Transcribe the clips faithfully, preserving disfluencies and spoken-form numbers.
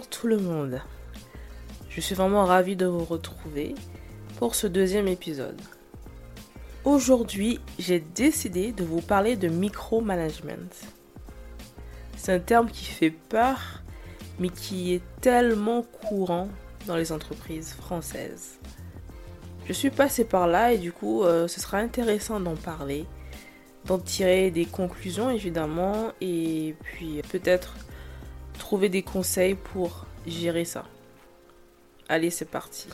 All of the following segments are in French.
Bonjour tout le monde. Je suis vraiment ravie de vous retrouver pour ce deuxième épisode. Aujourd'hui, j'ai décidé de vous parler de micromanagement. C'est un terme qui fait peur, mais qui est tellement courant dans les entreprises françaises. Je suis passée par là et du coup, euh, ce sera intéressant d'en parler, d'en tirer des conclusions évidemment, et puis peut-être trouver des conseils pour gérer ça. Allez, c'est parti.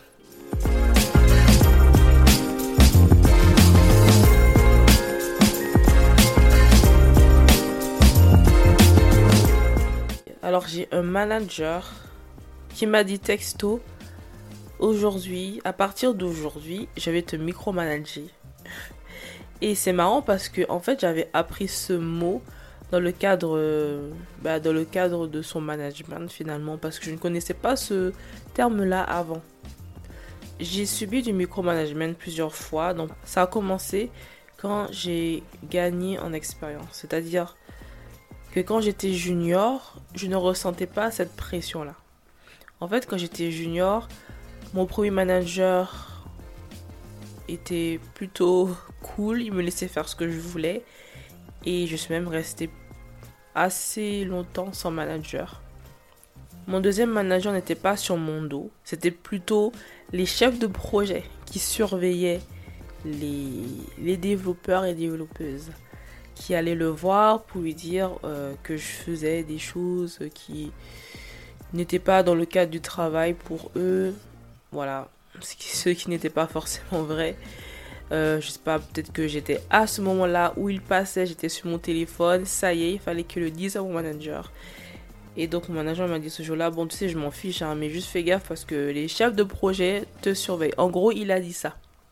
Alors, j'ai un manager qui m'a dit texto, aujourd'hui, à partir d'aujourd'hui, je vais te micromanager. Et c'est marrant parce que en fait, j'avais appris ce mot dans le cadre euh, bah, dans le cadre de son management finalement, parce que je ne connaissais pas ce terme-là avant. J'ai subi du micromanagement plusieurs fois, donc ça a commencé quand j'ai gagné en expérience, c'est-à-dire que quand j'étais junior, je ne ressentais pas cette pression-là. En fait, quand j'étais junior, mon premier manager était plutôt cool, il me laissait faire ce que je voulais et je suis même restée assez longtemps sans manager. Mon deuxième manager n'était pas sur mon dos, c'était plutôt les chefs de projet qui surveillaient les, les développeurs et développeuses, qui allaient le voir pour lui dire euh, que je faisais des choses qui n'étaient pas dans le cadre du travail pour eux. Voilà, ce qui, ce qui n'était pas forcément vrai. Euh, je sais pas, peut-être que j'étais à ce moment-là où il passait, j'étais sur mon téléphone, ça y est, il fallait que je le dise à mon manager. Et donc mon manager m'a dit ce jour-là, bon tu sais, je m'en fiche, hein, mais juste fais gaffe parce que les chefs de projet te surveillent. En gros, il a dit ça.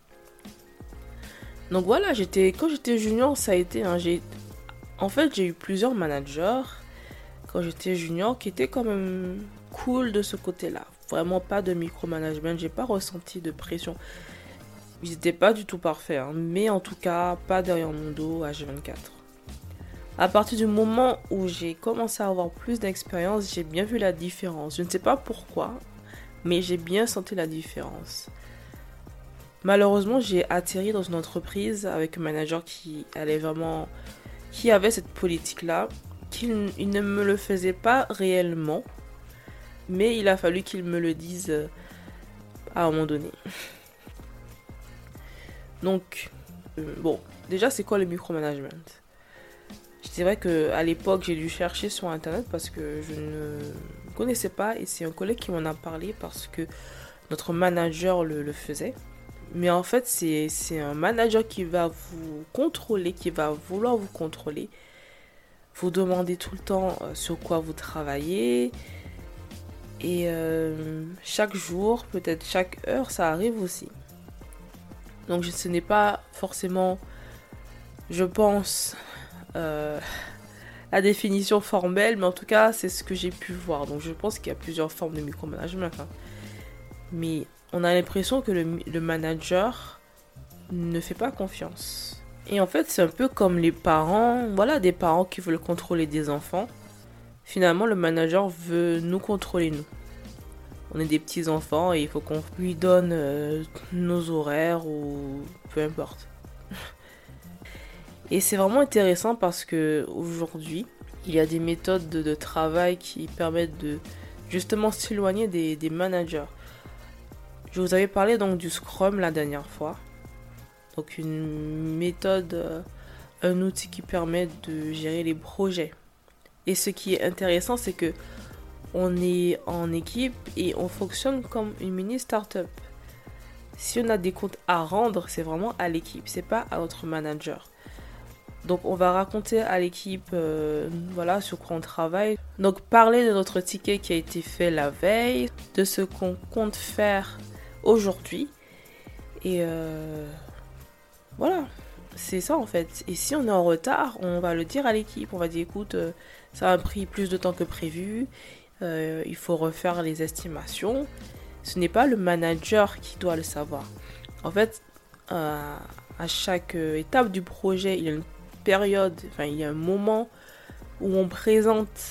Donc voilà, j'étais, quand j'étais junior, ça a été, hein, j'ai, en fait j'ai eu plusieurs managers quand j'étais junior qui étaient quand même cool de ce côté-là. Vraiment pas de micromanagement, j'ai pas ressenti de pression. Ils n'étaient pas du tout parfaits, hein, mais en tout cas, pas derrière mon dos H vingt-quatre. À partir du moment où j'ai commencé à avoir plus d'expérience, j'ai bien vu la différence. Je ne sais pas pourquoi, mais j'ai bien senti la différence. Malheureusement, j'ai atterri dans une entreprise avec un manager qui allait vraiment, qui avait cette politique-là, qu'il il ne me le faisait pas réellement, mais il a fallu qu'il me le dise à un moment donné. Donc, euh, bon, déjà, c'est quoi le micromanagement ? C'est vrai qu'à l'époque, j'ai dû chercher sur Internet parce que je ne connaissais pas et c'est un collègue qui m'en a parlé parce que notre manager le, le faisait. Mais en fait, c'est, c'est un manager qui va vous contrôler, qui va vouloir vous contrôler, vous demander tout le temps sur quoi vous travaillez. Et euh, chaque jour, peut-être chaque heure, ça arrive aussi. Donc ce n'est pas forcément, je pense, euh, la définition formelle, mais en tout cas, c'est ce que j'ai pu voir. Donc je pense qu'il y a plusieurs formes de micromanagement. Hein. Mais on a l'impression que le, le manager ne fait pas confiance. Et en fait, c'est un peu comme les parents, voilà, des parents qui veulent contrôler des enfants. Finalement, le manager veut nous contrôler, nous. On est des petits enfants et il faut qu'on lui donne euh, nos horaires ou peu importe. Et c'est vraiment intéressant parce que aujourd'hui, il y a des méthodes de, de travail qui permettent de justement s'éloigner des, des managers. Je vous avais parlé donc du Scrum la dernière fois. Donc une méthode, euh, un outil qui permet de gérer les projets. Et ce qui est intéressant, c'est que on est en équipe et on fonctionne comme une mini start-up. Si on a des comptes à rendre, c'est vraiment à l'équipe, c'est pas à notre manager. Donc on va raconter à l'équipe euh, voilà, sur quoi on travaille. Donc parler de notre ticket qui a été fait la veille, de ce qu'on compte faire aujourd'hui. Et euh, voilà, c'est ça en fait. Et si on est en retard, on va le dire à l'équipe. On va dire écoute, euh, ça a pris plus de temps que prévu. Euh, il faut refaire les estimations. Ce n'est pas le manager qui doit le savoir. En fait, euh, à chaque étape du projet, il y a une période, enfin il y a un moment où on présente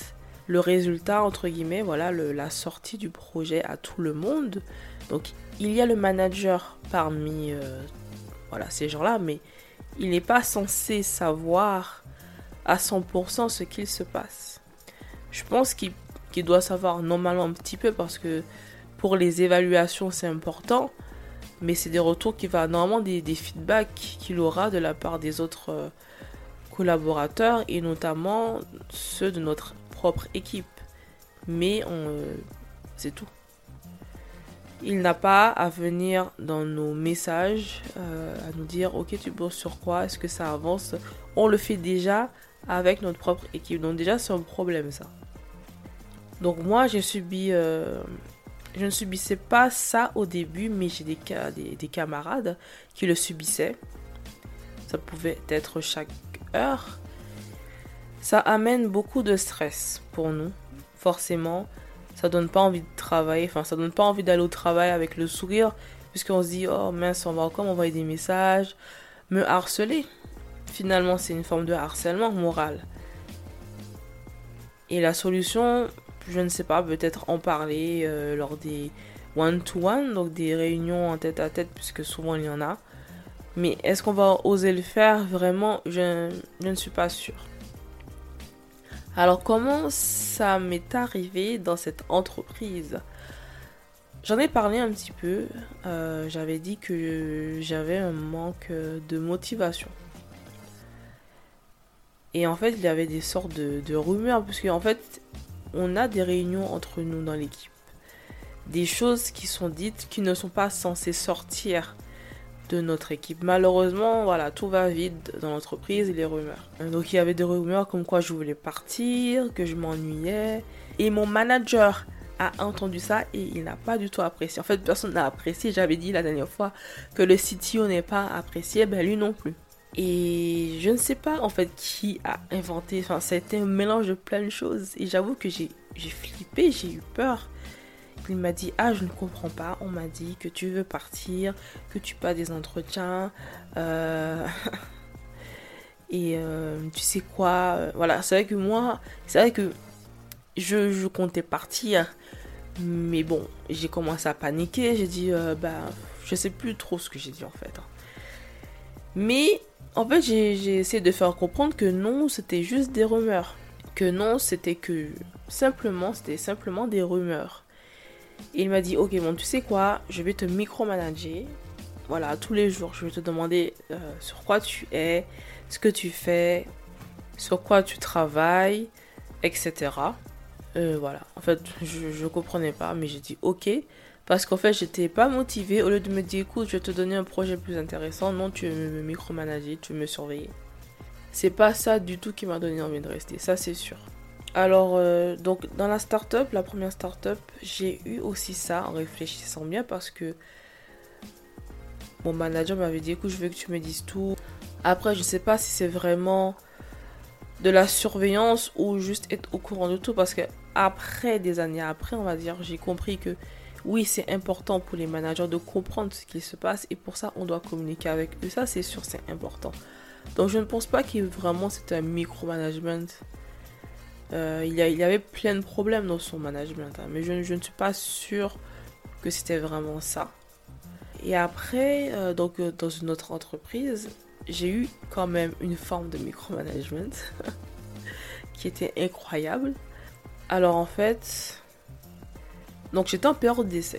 le résultat, entre guillemets, voilà, le, la sortie du projet à tout le monde. Donc, il y a le manager parmi euh, voilà, ces gens-là, mais il n'est pas censé savoir à cent pour cent ce qu'il se passe. Je pense qu'il, qu'il doit savoir normalement un petit peu parce que pour les évaluations, c'est important, mais c'est des retours qui va normalement des, des feedbacks qu'il aura de la part des autres euh, collaborateurs et notamment ceux de notre propre équipe. Mais on, euh, c'est tout. Il n'a pas à venir dans nos messages euh, à nous dire ok, tu bosses sur quoi, est-ce que ça avance. On le fait déjà avec notre propre équipe, donc déjà c'est un problème ça. Donc moi j'ai subi euh, je ne subissais pas ça au début, mais j'ai des, des, des camarades qui le subissaient. Ça pouvait être chaque heure. Ça amène beaucoup de stress pour nous, forcément. Ça donne pas envie de travailler, enfin ça donne pas envie d'aller au travail avec le sourire, puisqu'on se dit oh mince, on va encore m'envoyer des messages, me harceler. Finalement c'est une forme de harcèlement moral. Et la solution, je ne sais pas, peut-être en parler euh, lors des one-to-one, donc des réunions en tête à tête, puisque souvent il y en a. Mais est-ce qu'on va oser le faire? Vraiment, je, je ne suis pas sûre. Alors comment ça m'est arrivé dans cette entreprise? J'en ai parlé un petit peu. Euh, j'avais dit que j'avais un manque de motivation. Et en fait, il y avait des sortes de, de rumeurs, parce qu'en fait, on a des réunions entre nous dans l'équipe. Des choses qui sont dites qui ne sont pas censées sortir de notre équipe. Malheureusement, voilà, tout va vite dans l'entreprise et les rumeurs. Donc il y avait des rumeurs comme quoi je voulais partir, que je m'ennuyais. Et mon manager a entendu ça et il n'a pas du tout apprécié. En fait, personne n'a apprécié. J'avais dit la dernière fois que le C T O n'est pas apprécié, ben lui non plus. Et je ne sais pas en fait qui a inventé, enfin ça a été un mélange de plein de choses. Et j'avoue que j'ai, j'ai flippé, j'ai eu peur. Il m'a dit ah je ne comprends pas, on m'a dit que tu veux partir, que tu passes des entretiens euh... et euh, tu sais quoi, euh, voilà, c'est vrai que moi, c'est vrai que je, je comptais partir, mais bon, j'ai commencé à paniquer, j'ai dit euh, bah je sais plus trop ce que j'ai dit en fait. Mais en fait j'ai, j'ai essayé de faire comprendre que non, c'était juste des rumeurs, que non, c'était que simplement, c'était simplement des rumeurs. Et il m'a dit, ok, bon, tu sais quoi, je vais te micromanager. Voilà, tous les jours, je vais te demander euh, sur quoi tu es, ce que tu fais, sur quoi tu travailles, et cetera. Euh, voilà, en fait, je ne comprenais pas, mais j'ai dit ok. Parce qu'en fait, j'étais pas motivée. Au lieu de me dire, écoute, je vais te donner un projet plus intéressant, non, tu veux me micromanager, tu veux me surveiller. C'est pas ça du tout qui m'a donné envie de rester, ça c'est sûr. Alors, euh, donc, dans la start-up, la première start-up, j'ai eu aussi ça en réfléchissant bien parce que mon manager m'avait dit, écoute, je veux que tu me dises tout. Après, je ne sais pas si c'est vraiment de la surveillance ou juste être au courant de tout parce que après, des années après, on va dire, j'ai compris que oui, c'est important pour les managers de comprendre ce qui se passe et pour ça, on doit communiquer avec eux. Ça, c'est sûr, c'est important. Donc, je ne pense pas que vraiment c'était un micromanagement. Euh, il, y a, il y avait plein de problèmes dans son management, hein, mais je, je ne suis pas sûre que c'était vraiment ça. Et après, euh, donc, euh, dans une autre entreprise, j'ai eu quand même une forme de micromanagement qui était incroyable. Alors en fait, donc j'étais en période d'essai.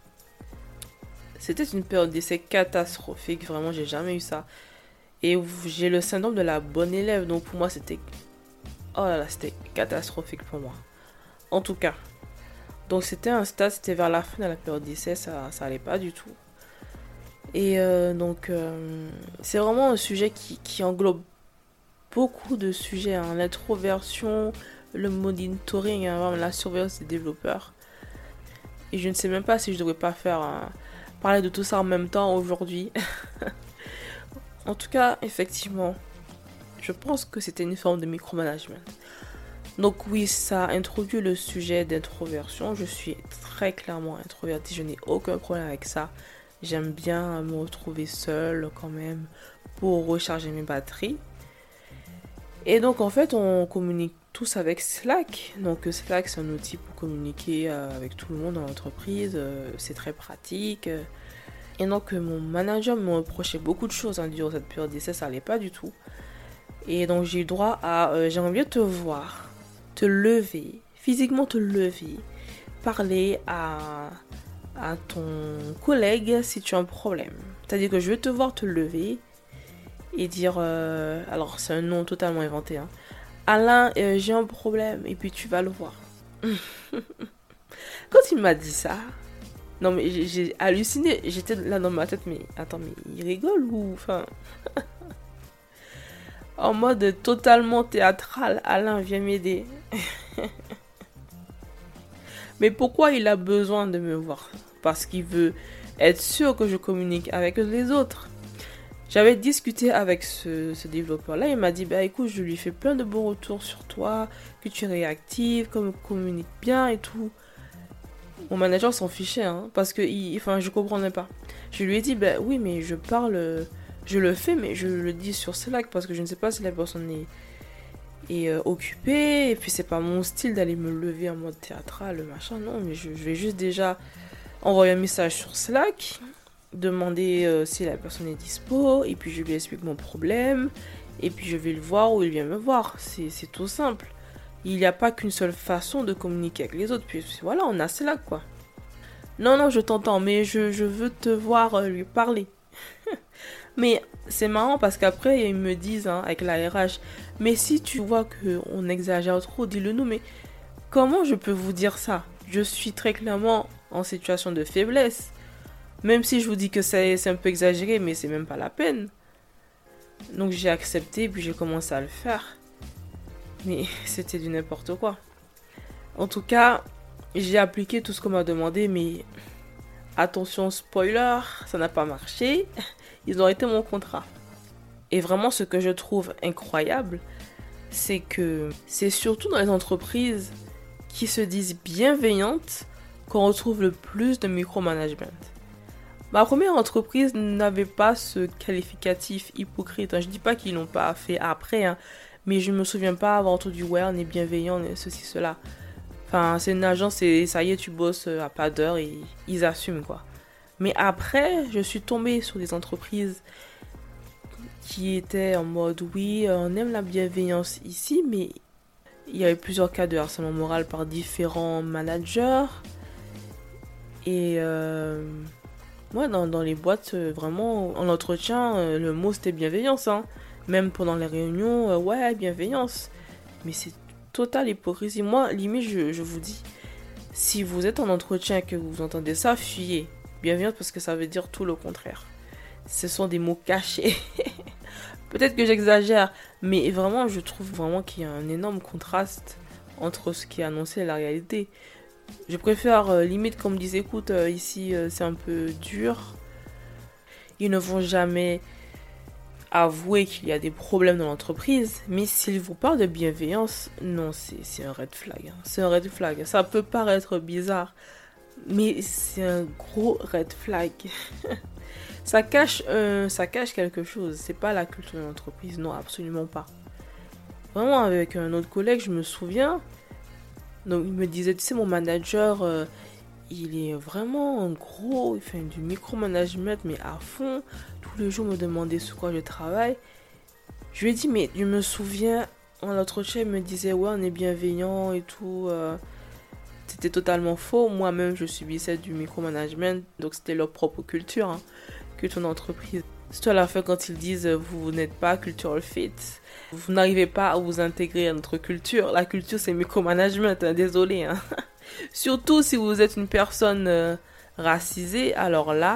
C'était une période d'essai catastrophique, vraiment, j'ai jamais eu ça. Et j'ai le syndrome de la bonne élève, donc pour moi c'était... Oh là là, c'était catastrophique pour moi. En tout cas. Donc c'était un stade, c'était vers la fin de la période d'essai, ça, ça allait pas du tout. Et euh, donc euh, c'est vraiment un sujet qui, qui englobe beaucoup de sujets. Hein. L'introversion, le monitoring, hein, la surveillance des développeurs. Et je ne sais même pas si je devrais pas faire hein, parler de tout ça en même temps aujourd'hui. En tout cas, effectivement, je pense que c'était une forme de micromanagement. Donc oui, ça introduit le sujet d'introversion. Je suis très clairement introvertie, je n'ai aucun problème avec ça. J'aime bien me retrouver seule quand même pour recharger mes batteries. Et donc en fait, on communique tous avec Slack. Donc Slack, c'est un outil pour communiquer avec tout le monde dans l'entreprise. C'est très pratique. Et donc mon manager me reprochait beaucoup de choses hein, durant cette période d'essai, ça allait pas du tout. Et donc j'ai eu droit à euh, j'aimerais bien te voir, te lever, physiquement te lever, parler à, à ton collègue si tu as un problème. C'est-à-dire que je vais te voir te lever et dire, euh, alors c'est un nom totalement inventé, hein. Alain, euh, j'ai un problème, et puis tu vas le voir. Quand il m'a dit ça, non mais j'ai, j'ai halluciné, j'étais là dans ma tête, mais attends, mais il rigole ou... Enfin... en mode totalement théâtral, Alain, viens m'aider. Mais pourquoi il a besoin de me voir? Parce qu'il veut être sûr que je communique avec les autres. J'avais discuté avec ce, ce développeur-là, il m'a dit, bah écoute, je lui fais plein de bons retours sur toi, que tu es réactive, que tu communiques bien et tout. Mon manager s'en fichait, hein, parce que, il, enfin, je comprenais pas. Je lui ai dit, bah oui, mais je parle, je le fais, mais je le dis sur Slack, parce que je ne sais pas si la personne est, est euh, occupée, et puis c'est pas mon style d'aller me lever en mode théâtral, machin, non, mais je, je vais juste déjà envoyer un message sur Slack, demander euh, si la personne est dispo, et puis je lui explique mon problème, et puis je vais le voir ou il vient me voir. C'est, c'est tout simple. Il n'y a pas qu'une seule façon de communiquer avec les autres, puis voilà, on a cela quoi. Non, non, je t'entends, mais je, je veux te voir euh, lui parler. Mais c'est marrant parce qu'après, ils me disent, hein, avec la R H, mais si tu vois qu'on exagère trop, dis-le nous, mais comment je peux vous dire ça? Je suis très clairement en situation de faiblesse. Même si je vous dis que c'est, c'est un peu exagéré, mais c'est même pas la peine. Donc j'ai accepté, puis j'ai commencé à le faire. Mais c'était du n'importe quoi. En tout cas, j'ai appliqué tout ce qu'on m'a demandé, mais attention spoiler, ça n'a pas marché. Ils ont arrêté mon contrat. Et vraiment, ce que je trouve incroyable, c'est que c'est surtout dans les entreprises qui se disent bienveillantes qu'on retrouve le plus de micromanagement. Ma première entreprise n'avait pas ce qualificatif hypocrite. Je dis pas qu'ils l'ont pas fait après, hein, mais je me souviens pas avoir entendu ouais, on est bienveillant, on est ceci, cela. Enfin, c'est une agence et ça y est, tu bosses à pas d'heure et ils assument quoi. Mais après, je suis tombée sur des entreprises qui étaient en mode oui, on aime la bienveillance ici, mais il y avait plusieurs cas de harcèlement moral par différents managers. Et euh, ouais, dans, dans les boîtes, vraiment, en entretien, le mot c'était bienveillance. Hein. Même pendant les réunions, ouais, bienveillance. Mais c'est totale hypocrisie. Moi, limite, je, je vous dis, si vous êtes en entretien et que vous entendez ça, fuyez. Bienveillance parce que ça veut dire tout le contraire. Ce sont des mots cachés. Peut-être que j'exagère, mais vraiment, je trouve vraiment qu'il y a un énorme contraste entre ce qui est annoncé et la réalité. Je préfère euh, limite qu'on me dise, écoute, euh, ici euh, c'est un peu dur. Ils ne vont jamais avouer qu'il y a des problèmes dans l'entreprise, mais s'ils vous parlent de bienveillance, non, c'est, c'est un red flag. Hein. C'est un red flag. Ça peut paraître bizarre, mais c'est un gros red flag. Ça cache, euh, ça cache quelque chose. C'est pas la culture de l'entreprise. Non, absolument pas. Vraiment, avec un autre collègue, je me souviens. Donc, il me disait, tu sais, mon manager, euh, il est vraiment gros. Il fait du micromanagement, mais à fond. Tous les jours, me demandait sur quoi je travaille. Je lui ai dit, mais je me souviens, en l'entretien, il me disait, ouais, on est bienveillant et tout. Euh, c'était totalement faux. Moi-même, je subissais du micromanagement. Donc, c'était leur propre culture. Hein. Ton entreprise. Surtout à la fin quand ils disent vous n'êtes pas cultural fit, vous n'arrivez pas à vous intégrer à notre culture. La culture c'est micromanagement, hein, désolé. Hein. Surtout si vous êtes une personne euh, racisée, alors là,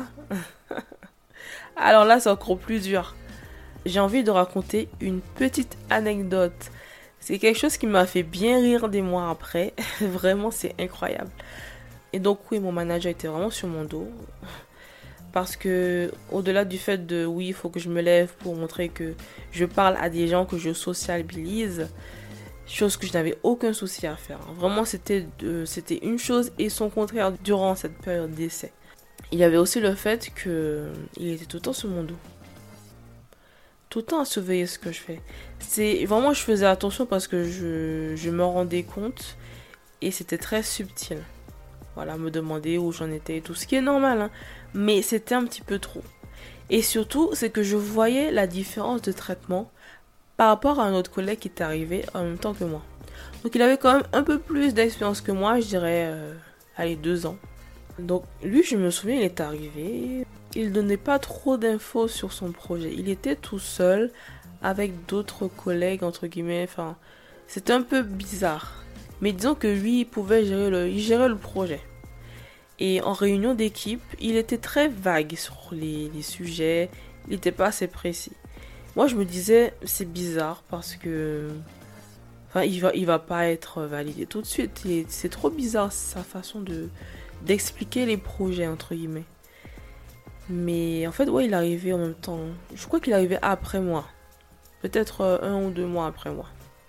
alors là c'est encore plus dur. J'ai envie de raconter une petite anecdote. C'est quelque chose qui m'a fait bien rire des mois après. Vraiment c'est incroyable. Et donc oui, mon manager était vraiment sur mon dos. Parce que, au-delà du fait de, oui, il faut que je me lève pour montrer que je parle à des gens, que je sociabilise, chose que je n'avais aucun souci à faire. Vraiment, c'était, de, c'était une chose et son contraire durant cette période d'essai. Il y avait aussi le fait qu'il était tout le temps sur mon dos. tout le temps à surveiller ce que je fais. C'est vraiment, je faisais attention parce que je, je me rendais compte et c'était très subtil. Voilà, me demander où j'en étais et tout, ce qui est normal, hein, mais c'était un petit peu trop. Et surtout, c'est que je voyais la différence de traitement par rapport à un autre collègue qui était arrivé en même temps que moi. Donc il avait quand même un peu plus d'expérience que moi, je dirais, euh, allez, deux ans. Donc lui, je me souviens, il est arrivé, il donnait pas trop d'infos sur son projet. Il était tout seul avec d'autres collègues, entre guillemets, enfin, c'était un peu bizarre. Mais disons que lui, il pouvait gérer le, il gérait le projet. Et en réunion d'équipe, il était très vague sur les, les sujets, il n'était pas assez précis. Moi, je me disais, c'est bizarre parce que... Enfin, il va, il va pas être validé tout de suite. Et c'est trop bizarre sa façon de, d'expliquer les projets, entre guillemets. Mais en fait, ouais, il arrivait en même temps. Je crois qu'il arrivait après moi. Peut-être un ou deux mois après moi.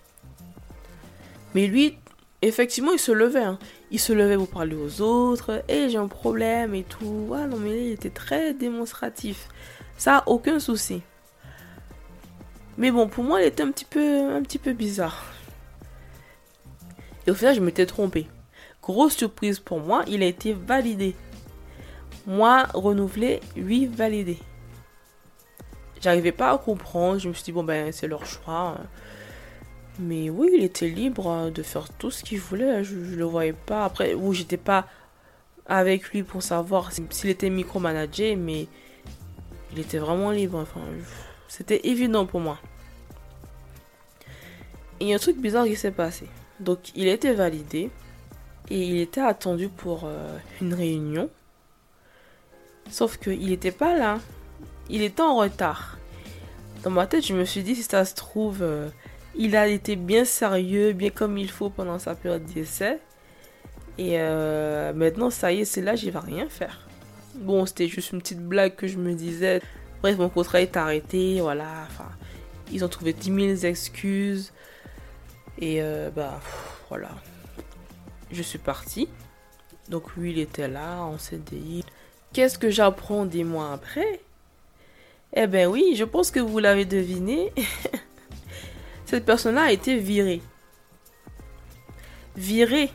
Mais lui... Effectivement, il se levait. Hein. Il se levait pour parler aux autres. Et hey, j'ai un problème et tout. Ah non, mais il était très démonstratif. Ça, aucun souci. Mais bon, pour moi, il était un petit peu, un petit peu bizarre. Et au final, je m'étais trompée. Grosse surprise pour moi, il a été validé. Moi, renouvelé, lui, validé. J'arrivais pas à comprendre. Je me suis dit, bon, ben, c'est leur choix. Mais oui, il était libre de faire tout ce qu'il voulait. Je, je le voyais pas. Après, oui, j'étais pas avec lui pour savoir s'il était micromanagé, mais il était vraiment libre. Enfin, c'était évident pour moi. Et il y a un truc bizarre qui s'est passé. Donc, il a été validé et il était attendu pour euh, une réunion. Sauf qu'il n'était pas là. Il était en retard. Dans ma tête, je me suis dit, si ça se trouve... Euh, il a été bien sérieux, bien comme il faut pendant sa période d'essai. Et euh, maintenant, ça y est, c'est là, j'y vais rien faire. Bon, c'était juste une petite blague que je me disais. Bref, mon contrat est arrêté, voilà. Enfin, ils ont trouvé dix mille excuses. Et euh, bah, pff, voilà. Je suis partie. Donc lui, il était là, en C D I. Qu'est-ce que j'apprends des mois après? Eh ben oui, je pense que vous l'avez deviné. Cette personne-là a été virée. Virée.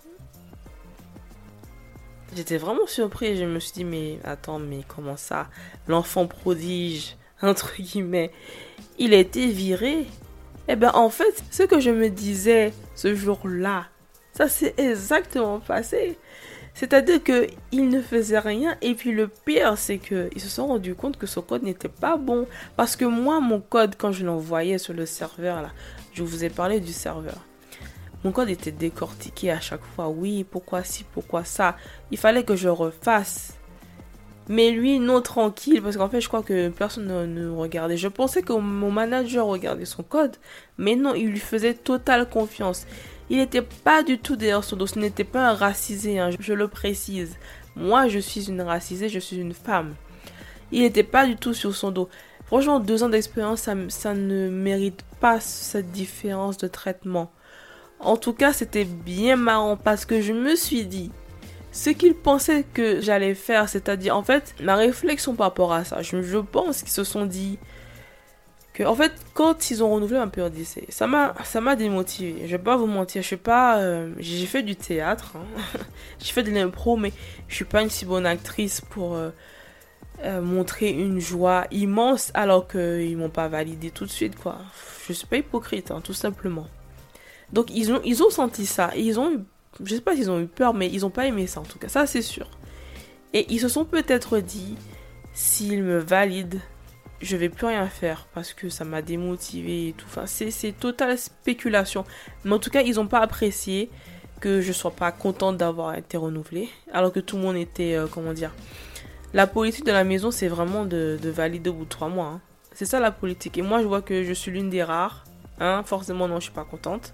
J'étais vraiment surpris. Je me suis dit, mais attends, mais comment ça? L'enfant prodige, entre guillemets, il a été viré. Eh ben, en fait, ce que je me disais ce jour-là, ça s'est exactement passé. C'est-à-dire qu'il ne faisait rien. Et puis le pire, c'est qu'ils se sont rendus compte que son code n'était pas bon. Parce que moi, mon code, quand je l'envoyais sur le serveur, là, je vous ai parlé du serveur. Mon code était décortiqué à chaque fois. Oui, pourquoi ci, pourquoi ça. Il fallait que je refasse. Mais lui, non, tranquille. Parce qu'en fait, je crois que personne ne, ne regardait. Je pensais que mon manager regardait son code. Mais non, il lui faisait totale confiance. Il n'était pas du tout derrière son dos. Ce n'était pas un racisé, hein, je le précise. Moi, je suis une racisée, je suis une femme. Il n'était pas du tout sur son dos. Franchement, deux ans d'expérience, ça, ça ne mérite pas cette différence de traitement. En tout cas, c'était bien marrant parce que je me suis dit, ce qu'il pensait que j'allais faire, c'est-à-dire, en fait, ma réflexion par rapport à ça, je, je pense qu'ils se sont dit... Que, en fait, quand ils ont renouvelé ma période d'essai, ça m'a, ça m'a démotivé. Je vais pas vous mentir, je suis pas, euh, j'ai fait du théâtre, hein. J'ai fait de l'impro, mais je suis pas une si bonne actrice pour euh, euh, montrer une joie immense alors qu'ils m'ont pas validé tout de suite, quoi. Je suis pas hypocrite, hein, tout simplement. Donc ils ont, ils ont senti ça, et ils ont eu, je sais pas s'ils ont eu peur, mais ils ont pas aimé ça en tout cas, ça c'est sûr. Et ils se sont peut-être dit, s'ils me valident, je vais plus rien faire parce que ça m'a démotivé et tout. Enfin, c'est, c'est totale spéculation. Mais en tout cas, ils n'ont pas apprécié que je sois pas contente d'avoir été renouvelée. Alors que tout le monde était, euh, comment dire... La politique de la maison, c'est vraiment de, de valider au bout de trois mois. Hein. C'est ça la politique. Et moi, je vois que je suis l'une des rares. Hein. Forcément, non, je suis pas contente.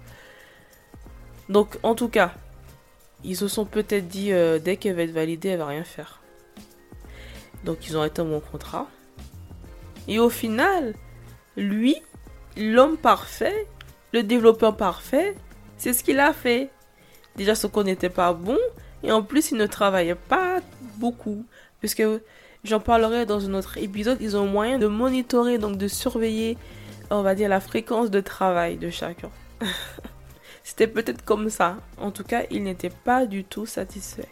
Donc, en tout cas, ils se sont peut-être dit, euh, dès qu'elle va être validée, elle va rien faire. Donc, ils ont arrêté mon contrat. Et au final, lui, l'homme parfait, le développeur parfait, c'est ce qu'il a fait. Déjà, son code n'était pas bon. Et en plus, il ne travaillait pas beaucoup. Puisque J'en parlerai dans un autre épisode. Ils ont moyen de monitorer, donc de surveiller, on va dire, la fréquence de travail de chacun. C'était peut-être comme ça. En tout cas, ils n'étaient pas du tout satisfaits.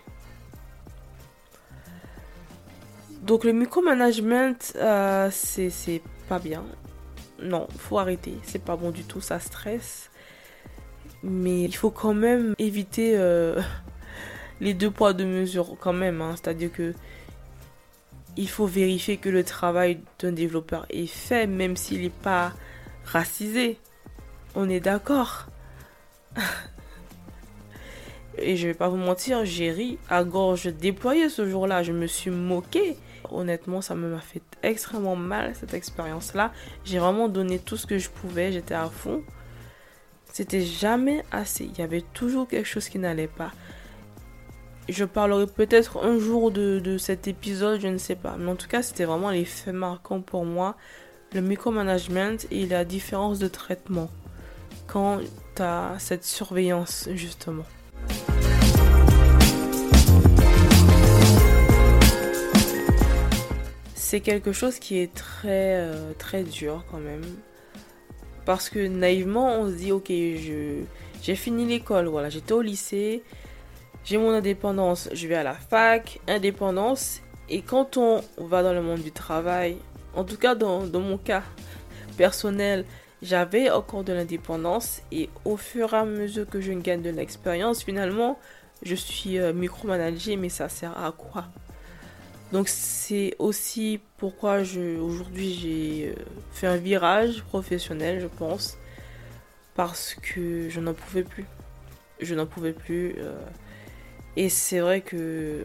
Donc le micromanagement, euh, c'est, c'est pas bien. Non, faut arrêter. C'est pas bon du tout, ça stresse. Mais il faut quand même éviter euh, les deux poids deux mesures quand même. Hein. C'est-à-dire que il faut vérifier que le travail d'un développeur est fait, même s'il n'est pas racisé. On est d'accord. Et je vais pas vous mentir, j'ai ri à gorge déployée ce jour-là. Je me suis moquée. Honnêtement, ça m'a fait extrêmement mal cette expérience-là. J'ai vraiment donné tout ce que je pouvais. J'étais à fond. C'était jamais assez. Il y avait toujours quelque chose qui n'allait pas. Je parlerai peut-être un jour de, de cet épisode, je ne sais pas. Mais en tout cas, c'était vraiment les faits marquants pour moi. Le micromanagement et la différence de traitement. Quand tu as cette surveillance, justement. C'est quelque chose qui est très, euh, très dur quand même. Parce que naïvement, on se dit, ok, je, j'ai fini l'école, voilà, j'étais au lycée, j'ai mon indépendance, je vais à la fac, indépendance. Et quand on va dans le monde du travail, en tout cas dans, dans mon cas personnel, j'avais encore de l'indépendance. Et au fur et à mesure que je gagne de l'expérience, finalement, je suis euh, micromanagée, mais ça sert à quoi ? Donc c'est aussi pourquoi je, aujourd'hui j'ai fait un virage professionnel, je pense, parce que je n'en pouvais plus. Je n'en pouvais plus. Euh, et c'est vrai que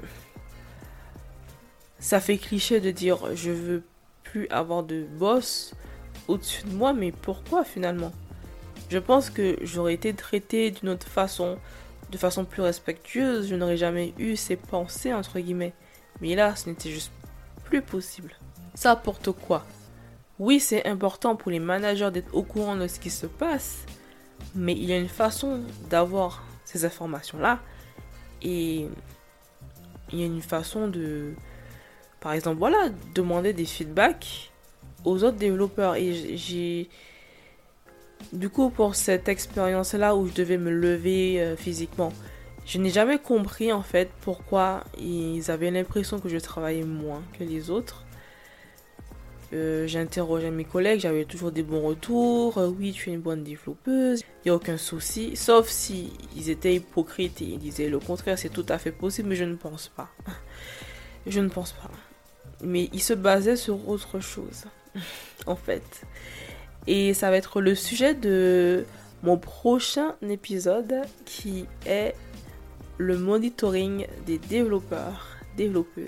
ça fait cliché de dire je veux plus avoir de boss au-dessus de moi, mais pourquoi finalement ? Je pense que j'aurais été traitée d'une autre façon, de façon plus respectueuse, je n'aurais jamais eu ces pensées entre guillemets. Mais là, ce n'était juste plus possible. Ça apporte quoi ? Oui, c'est important pour les managers d'être au courant de ce qui se passe, mais il y a une façon d'avoir ces informations-là. Et il y a une façon de, par exemple, voilà, demander des feedbacks aux autres développeurs. Et j'ai, du coup, pour cette expérience-là où je devais me lever euh, physiquement, je n'ai jamais compris en fait pourquoi ils avaient l'impression que je travaillais moins que les autres. Euh, j'ai interrogé mes collègues, j'avais toujours des bons retours. Euh, oui, tu es une bonne développeuse, il n'y a aucun souci. Sauf si ils étaient hypocrites et ils disaient le contraire, c'est tout à fait possible, mais je ne pense pas. Je ne pense pas. Mais ils se basaient sur autre chose, en fait. Et ça va être le sujet de mon prochain épisode qui est le monitoring des développeurs, développeuses.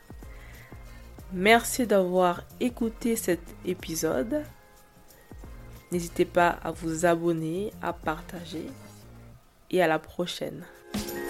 Merci d'avoir écouté cet épisode. N'hésitez pas à vous abonner, à partager et à la prochaine.